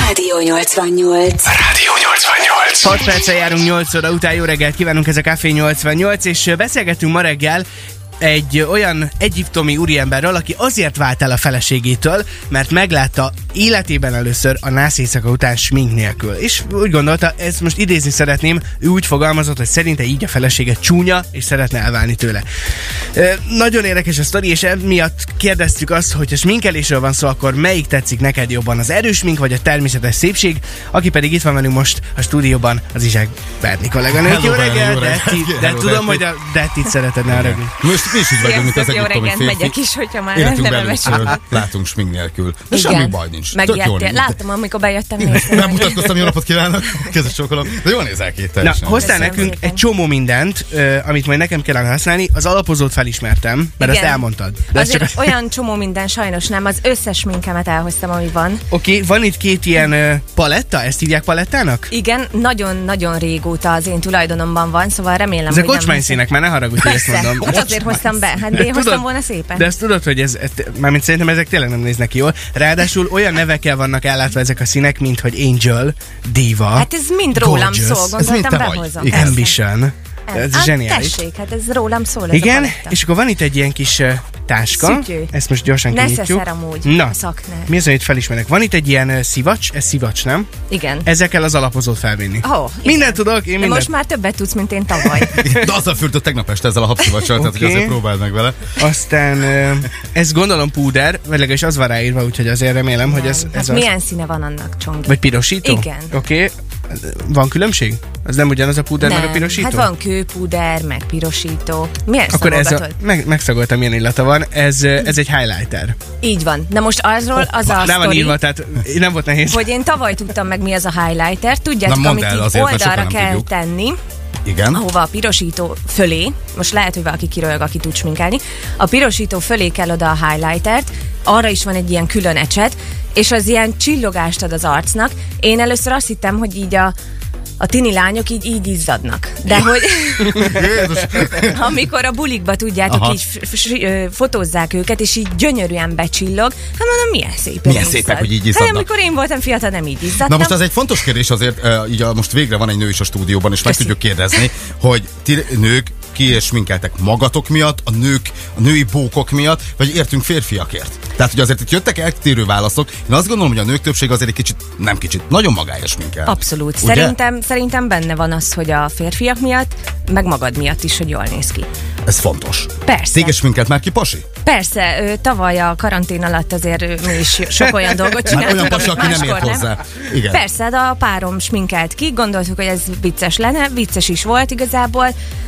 Rádió 88. 6 perccel járunk 8 óra után, jó reggelt kívánunk, ez a Café 88, és beszélgettünk ma reggel egy olyan egyiptomi úriemberről, aki azért vált el a feleségétől, mert meglátta életében először a nász éjszaka után smink nélkül. És úgy gondolta, ezt most idézni szeretném, ő úgy fogalmazott, hogy szerinte így a felesége csúnya, és szeretne elválni tőle. Nagyon érdekes a sztori, és emiatt kérdeztük azt, hogy ha sminkelésről van szó, akkor melyik tetszik neked jobban, az erős smink vagy a természetes szépség, aki pedig itt van velünk most a stúdióban, az Izsák Berni kolléganőnk. Jó reggel, de tudom, hogy a Dettit szereted, ne arra. Mi is úgy vagyunk, mint az egyiptomi férfi. Megyek is, hogyha már életünkben először látunk smink nélkül. De semmi baj nincs. Megijedtél. Láttam, amikor bejöttem. Nem mutatkoztam, jó napot kívánok. Kezes csókolom. De jól nézel ki teljesen. Na, hoztál nekünk egy csomó mindent, amit majd nekem kellene használni. Az alapozót felismertem, mert azt elmondtad. De azért csak olyan csomó minden sajnos nem. Az összes sminkemet elhoztam, ami van. Oké, van itt két ilyen paletta? Ezt hívják palettának? Igen, nagyon-nagyon régóta az én tulajdonomban van, szóval remélem, hogy nem... kocsmányszínek, már ne haragudj, hogy ezt mondom. Hát azért hoztam be. Hát én hoztam volna szépen. De ezt tudod, hogy ez mármint szerintem ezek tényleg nem néznek ki jól. Ráadásul olyan nevekkel vannak ellátva ezek a színek, mint hogy Angel, Diva, hát ez mind rólam szól, gondoltam behozom. Ambition. Ez zseniális. Tessék, hát ez rólam szól. Igen, és akkor van itt egy ilyen kis táska. Szütyő. Ezt most gyorsan kinyitjuk. Amúgy. Na, szakner. mi az, amit felismerek? Van itt egy ilyen szivacs, ez szivacs, nem? Igen. Ezzel kell az alapozót felvinni. Mindent tudok, én mindent. De most már többet tudsz, mint én tavaly. De azzal fürtött tegnap este ezzel a habszivacsal, tehát hogy azért próbáld meg vele. Aztán ez gondolom púder, vagy legalábbis az van ráírva, úgyhogy azért remélem, hogy ez hát milyen színe van annak, Csongi? Vagy pirosító? Igen. Oké. Van különbség? Az nem ugyanaz a púder, meg a pirosító? Hát van kőpúder, meg pirosító. Milyen akkor szagolgatod? Megszagoltam, milyen illata van. Ez egy highlighter. Így van. Na most arról az a sztori, van írva, tehát nem volt nehéz. Hogy én tavaly tudtam meg, mi az a highlighter. Tudjátok, amit így oldalra kell tenni. Igen. Ahova a pirosító fölé, most lehet, hogy valaki kiröhög, aki tud sminkelni, a pirosító fölé kell oda a highlightert, arra is van egy ilyen külön ecset, és az ilyen csillogást ad az arcnak. Én először azt hittem, hogy így a tini lányok így izzadnak. De hogy amikor a bulikba tudjátok, így fotózzák őket, és így gyönyörűen becsillog, hát mondom, milyen szép. Milyen szépek, hogy így izzadnak. Hát amikor én voltam fiatal, nem így izzadtam. Na most ez egy fontos kérdés azért, így most végre van egy nő is a stúdióban, és meg tudjuk kérdezni, hogy ti nők ki és sminkeltek magatok miatt, a női bókok miatt, vagy értünk férfiakért? Tehát, hogy azért itt jöttek eltérő válaszok. Én azt gondolom, hogy a nők többség azért egy kicsit, nem kicsit, nagyon magályos sminkel. Abszolút. Szerintem benne van az, hogy a férfiak miatt, meg magad miatt is, hogy jól néz ki. Ez fontos. Persze. Téged sminkelt már ki pasi? Persze, tavaly a karantén alatt azért mi is sok olyan dolgot csináltunk, olyan pasi, aki nem ért hozzá. Igen. Persze, de a párom sminkelt ki, gondoltuk, hogy ez vicces lenne, vicces is volt igazából.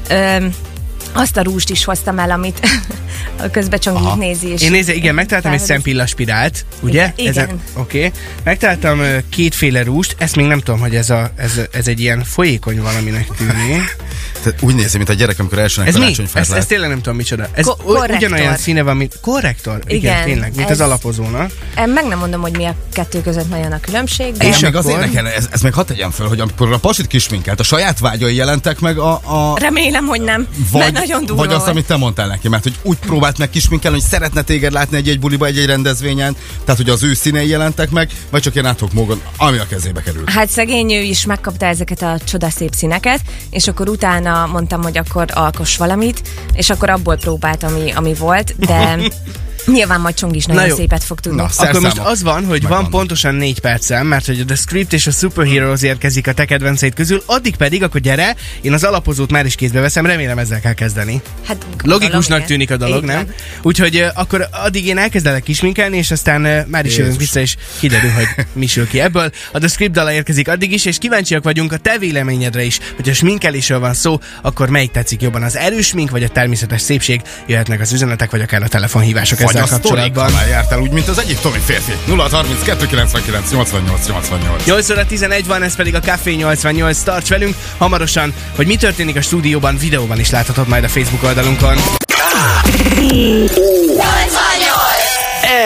Azt a rúzst is hoztam el, amit közben Csongi nézi. És igen, megtaláltam egy szempillaspirált, ugye? Igen. Oké. Megtaláltam kétféle rúzst, ezt még nem tudom, hogy ez egy ilyen folyékony valaminek tűnik. Úgy nézi, mint a gyerek, amikor elsőnek karácsonyfát lát. Ez tényleg nem tudom micsoda. Ez ugyanolyan színe van, mint korrektor? Igen, tényleg, mint az alapozónak. Meg nem mondom, hogy mi a kettő között nagyon a különbség. És még az érdekel, ez még hadd tegyem föl, hogy amikor a pasit kisminkelt, a saját vágyai jelentek meg a... Remélem, hogy nem, mert nagyon durva. Vagy azt, amit te mondtál neki, mert hogy úgy próbált meg kisminkelni, hogy szeretne téged látni egy buliba, egy rendezvényen, tehát hogy az ő színei jelentek meg, vagy csak ilyen átok módon, ami a kezébe került. Hát szegény ő is megkapta ezeket a csodaszép színeket, és akkor utána mondtam, hogy akkor alkoss valamit, és akkor abból próbált, ami volt, de nyilván majd Csong is nagyon szépet fog tudni. Akkor most az van, hogy van pontosan 4 percem, mert hogy a The Script és a Superheroes érkezik a te kedvenceid közül, addig pedig akkor gyere, én az alapozót már is kézbe veszem, remélem ezzel kell kezdeni. Hát logikusnak tűnik a dolog, nem? Úgyhogy akkor addig én elkezdelek kisminkelni, és aztán már is jövünk vissza, és kiderül, hogy mi sül ki ebből. A The Script dala érkezik addig is, és kíváncsiak vagyunk a te véleményedre is, hogy a sminkelésről van szó, akkor melyik tetszik jobban, az erős smink vagy a természetes szépség? Jöhetnek az üzenetek, vagy akár a telefonhívások ezzel kapcsolatban. Jártál úgy, mint az egyiptomi férfi. 032 99 88 88. 8 óra 11 van, ez pedig a Café 88. Tarts velünk hamarosan, hogy mi történik a stúdióban, videóban is láthatod majd a Facebook oldalunkon. 88!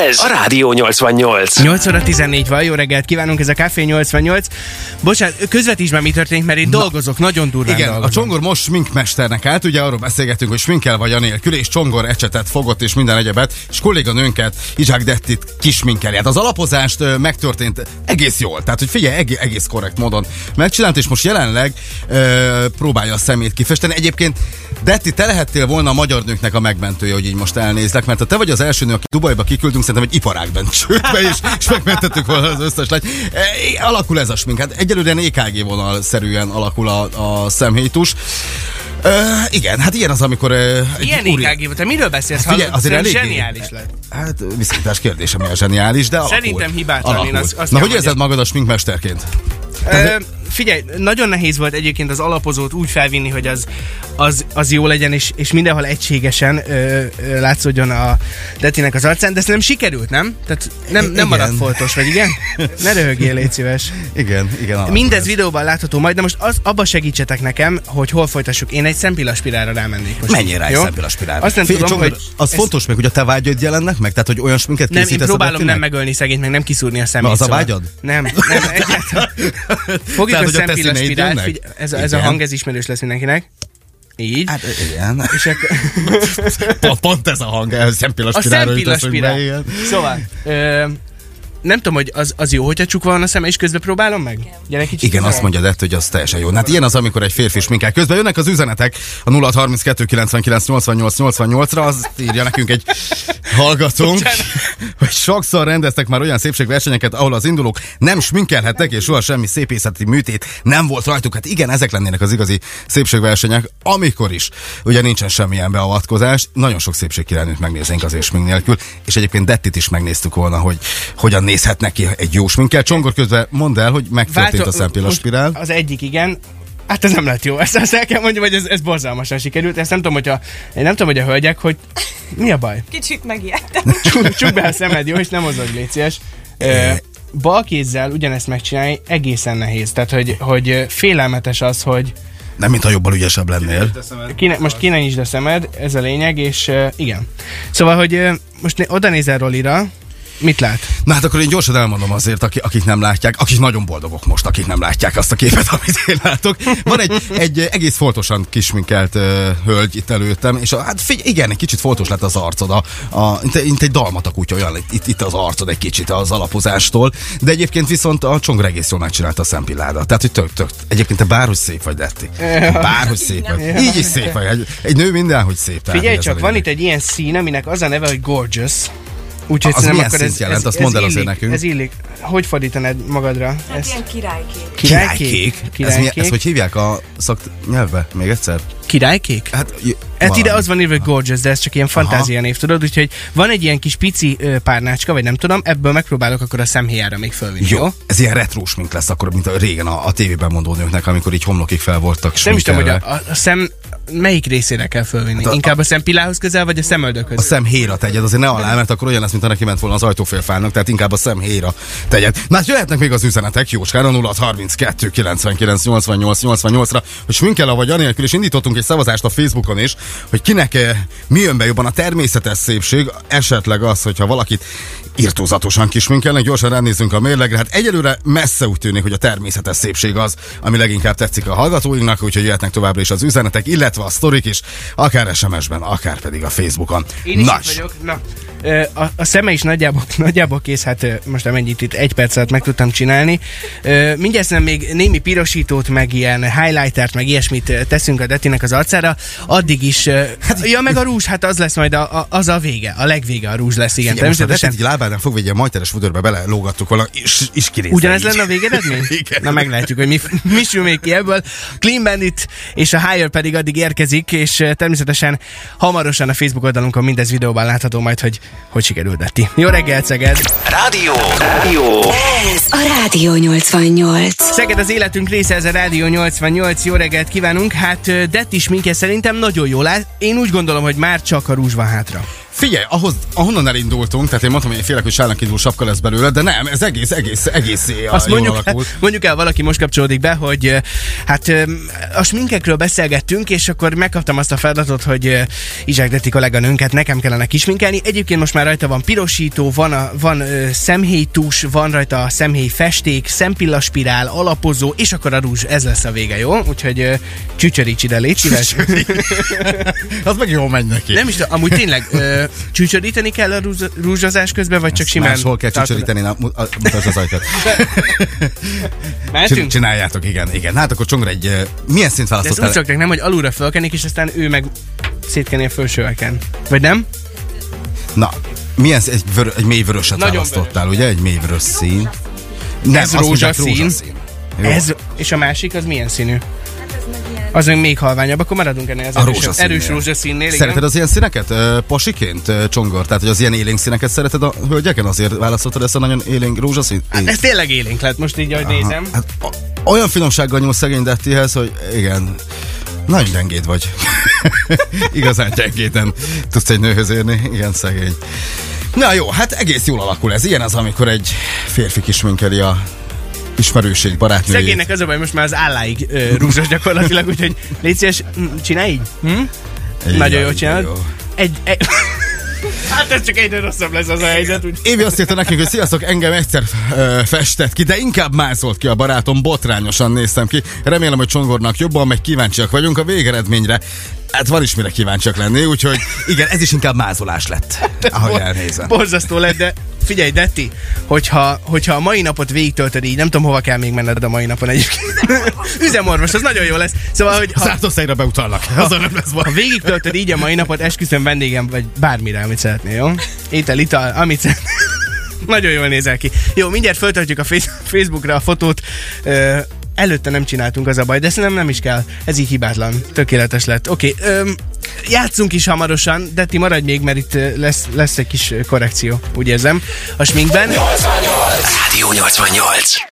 Ez a Rádió 88. 8 óra 14 van, jó reggelt kívánunk, ez a Café 88. Bocsánat, közvetíts már, mi történik, mert én dolgozok, nagyon durván Igen, dolgozom. a Csongor most sminkmesternek állt, ugye arról beszélgetünk, hogy sminkel vagy anélkül, és Csongor ecsetet fogott és minden egyebet, és kolléganőnket, Izsák Dettit kisminkeli. Hát az alapozást megtörtént egész jól, tehát hogy figyelj, egész korrekt módon megcsinált, és most jelenleg próbálja a szemét kifesteni. Egyébként Detti, te lehettél volna a magyar nőknek a megmentője, hogy így most elnézlek, mert ha te vagy az első nő, aki Dubajba kiküldünk, szerintem egy iparágban csődbe, és megmentettük volna az összes lány. Alakul ez a smink, hát egyelőre EKG vonalszerűen alakul a szemhétus. Igen, hát ilyen az, amikor... Ilyen EKG, te miről beszélsz? Hát figyelj, azért elég zseniális lett. Hát viszonyítás kérdése, mi a zseniális, de alakul. Szerintem hibátlan, én azt Na, hogy érzed magad a sminkmesterként? Figyelj, nagyon nehéz volt egyébként az alapozót úgy felvinni, hogy az jó legyen, és mindenhol egységesen látszódjon a Dettinek az arcán, de ezt nem sikerült, nem? Tehát nem maradt foltos, vagy igen? Ne röhögjél, légy szíves. Igen. Mindez videóban látható majd, de most abba segítsetek nekem, hogy hol folytassuk. Én egy szempillaspirálra rámennék most. Menjél rá egy szempillaspirálra. Azt nem tudom, hogy... Az fontos meg, hogy a te vágyad jelennek meg? Tehát, hogy olyan sminket készítesz? Nem, én próbálom nem megölni szegényt, meg nem kiszúrni a szemét. Az a vágyad? Nem, egyáltalán. Fogjuk a szempillaspirált, ez a hang, ez ismerős lesz mindenkinek. Így. Hát igen. És akkor... Pont ez a hang, ez szempillaspirálra. A szempillaspirál. Szóval, nem tudom, hogy az jó, hogyha csukva van a szeme, és közben próbálom meg? Gyere kicsit. Igen, azt mondja Dett, hogy az teljesen jó. Hát ilyen az, amikor egy férfi sminkál. Közben jönnek az üzenetek a 0632 99 88 88-ra, azt írja nekünk egy hallgatónk, hogy sokszor rendeztek már olyan szépségversenyeket, ahol az indulók nem sminkelhettek, és soha semmi szépészeti műtét nem volt rajtuk. Hát igen, ezek lennének az igazi szépségversenyek, amikor is ugye nincsen semmilyen beavatkozás. Nagyon sok szépségkirálynőt megnéznénk azért smink nélkül, és egyébként Dettit is megnéztük volna, hogy hogyan nézhet neki egy jó sminkkel. Csongor, közben mondd el, hogy megtörtént a szempillaspirál. Az egyik igen. Hát ez nem lett jó. Ezt el kell mondjam, hogy ez borzalmasan sikerült. Ezt nem tudom, hogy a hölgyek, hogy mi a baj? Kicsit megijedtem. Csukd be a szemed, jó, és nem mozog, légy szíves. Bal kézzel ugyanezt megcsinálni egészen nehéz. Tehát, hogy félelmetes az, hogy... Nem, mintha jobban ügyesebb lennél. Most ki ne nyisd a szemed, ez a lényeg, és igen. Szóval, hogy most oda nézel Rolira, mit lát? Na hát akkor én gyorsan elmondom azért, akik nem látják, akik nagyon boldogok most, akik nem látják azt a képet, amit én látok. Van egy egész foltosan kisminkelt hölgy itt előttem, és hát figyelj, igen, egy kicsit foltos lett az arcod, mint egy dalmata kutya, olyan itt az arcod egy kicsit az alapozástól, de egyébként viszont a Csongor egész jól megcsinálta a szempilládat. Tehát, hogy tök. Egyébként te bárhogy szép vagy, Detti. Bárhogy szép vagy. Így is szép vagy. Egy nő mindenhogy szép. Figyelj csak, van itt egy ilyen szín, aminek az a neve, hogy gorgeous. Úgyhogy az milyen szint jelent? Azt mondd el azért nekünk. Ez illik. Hogy fordítanád magadra? Hát ilyen királykék. Királykék? Ez hogy hívják a nyelvbe? Még egyszer? Királykék? Hát ide az van írva, hogy gorgeous, de ez csak ilyen fantázia név, tudod? Úgyhogy van egy ilyen kis pici párnácska, vagy nem tudom, ebből megpróbálok akkor a szemhéjára még fölvinni. Jó? Ez ilyen retrós mink lesz akkor, mint a régen a tévében mondó nőknek, amikor így homlokig fel voltak. Nem is tudom, hogy a szem melyik részére kell fölvinni? Hát inkább a szempillához közel, vagy a szemöldökhöz? A szemhéjra tegyed, azért ne alá, mert akkor olyan lesz, mint neki ment volna az ajtófélfálnak, tehát inkább a szemhéjra tegyed. Na hát jöhetnek még az üzenetek, Jóskára 0632 99 88 88-ra, hogy sminkel vagy anélkül, és indítottunk egy szavazást a Facebookon is, hogy kinek mi jön be jobban, a természetes szépség, esetleg az, hogyha valakit irtózatosan kisminkelnek, gyorsan ránézzünk a mérlegre. Hát egyelőre messze úgy tűnik, hogy a természetes szépség az, ami leginkább tetszik a hallgatóinknak, úgyhogy jöhetnek továbbra is az üzenetek, illetve a sztorik is, akár SMS-ben, akár pedig a Facebookon. Én is vagyok. Na, a szeme is nagyjából kész, hát most amennyit itt 1 perc alatt meg tudtam csinálni. Mindjárt még némi pirosítót, meg ilyen highlightert, meg ilyesmit teszünk a Dettinek az arcára. Addig is, meg a rúzs, hát az lesz majd az a vége, a legvége a rúzs lesz, igen. Természetesen. Egy lábádán fogva egy ilyen majteres vödörbe belelógattuk volna, és kinézze. Ugyanez lenne a végeredmény? Igen. Na meglátjuk, hogy mi sül még ki ebből. Clean Bandit és a Higher pedig addig érkezik, és természetesen hamarosan a Facebook oldalunkon mindez videóban látható majd, hogy sikerült, Detti. Jó reggelt, Szeged! Rádió! Ez a Rádió 88. Szeged az életünk része, ez a Rádió 88. Jó reggelt kívánunk! Hát Detti sminkje szerintem nagyon jól áll. Én úgy gondolom, hogy már csak a rúzs van hátra. Figyelj, ahonnan elindultunk, tehát én mondtam, hogy én félek, hogy sálnak indul sapka lesz belőle, de nem, ez egész azt jól alakult. mondjuk el, valaki most kapcsolódik be, hogy hát a sminkekről beszélgettünk, és akkor megkaptam azt a feladatot, hogy Izsák Detti kolléganőnket nekem kellene kisminkelni. Egyébként most már rajta van pirosító, van szemhéjtus, van rajta szemhéjfesték, szempillaspirál, alapozó, és akkor a rúzs, ez lesz a vége, jó? Úgyhogy csücsöríts ide, légy szíves. Az meg jól megy neki. Nem is, amúgy tényleg csücsöríteni kell a rúzsozás közben, vagy csak simán? Máshol kell csücsöríteni, mutasd az ajkat. Mehetünk? Csináljátok, igen. Hát akkor Csongor milyen szint De ezt választottál? úgy szokták, nem, hogy alulra fölkenik, és aztán ő meg szétkeni a fölsőeken. Vagy nem? Na, egy mély vöröset Nagyon választottál, ugye? Egy mély vörös szín. Nem, Ez azt mondják, rózsaszín. Jó. És a másik, az milyen színű? Az még halványabb, akkor maradunk ennél az erős rózsaszínnél. Szereted az ilyen színeket pasiként, Csongor? Tehát, hogy az ilyen élénk színeket szereted a hölgyeken? Azért választottad ezt a nagyon élénk rózsaszín? Hát ez tényleg élénk lett, most így, ahogy nézem. Hát, olyan finomsággal nyúl szegény Dettihez, hogy igen, nagyon gyengéd vagy. Igazán gyengéden tudsz egy nőhöz érni. Igen, szegény. Na jó, hát egész jól alakul ez. Ilyen az, amikor egy férfi kisminkeli a ismerőség, barátnőjét. Szegénynek az a baj, most már az álláig rúzsos gyakorlatilag, úgyhogy légy szíves, csinálj így. Nagyon jól csinálod. Hát ez csak egyre rosszabb lesz az a helyzet. Úgy. Évi azt írta nekünk, hogy sziasztok, engem egyszer festett ki, de inkább mászolt ki a barátom, botrányosan néztem ki. Remélem, hogy Csongornak jobban, meg kíváncsiak vagyunk a végeredményre. Hát van is mire kíváncsiak lenni, úgyhogy igen, ez is inkább mázolás lett, ahogy elnézem. Borzasztó lett, de figyelj, Detti, hogyha a mai napot végigtöltöd így, nem tudom, hova kell még menned a mai napon egyébként. Üzemorvos, az nagyon jó lesz. Szóval, hogy Szártószeire beutalnak, azon nem lesz baj. Ha végigtöltöd így a mai napot, esküszöm vendégem, vagy bármire, amit szeretnél, jó? Étel, ital, amit szeretnél. Nagyon jól nézel ki. Jó, mindjárt föltöltjük a Facebookra a fotót. Előtte nem csináltunk, az a baj, de szerintem nem is kell. Ez így hibátlan. Tökéletes lett. Oké, játszunk is hamarosan, de ti maradj még, mert itt lesz egy kis korrekció, úgy érzem. A sminkben. Rádió 88.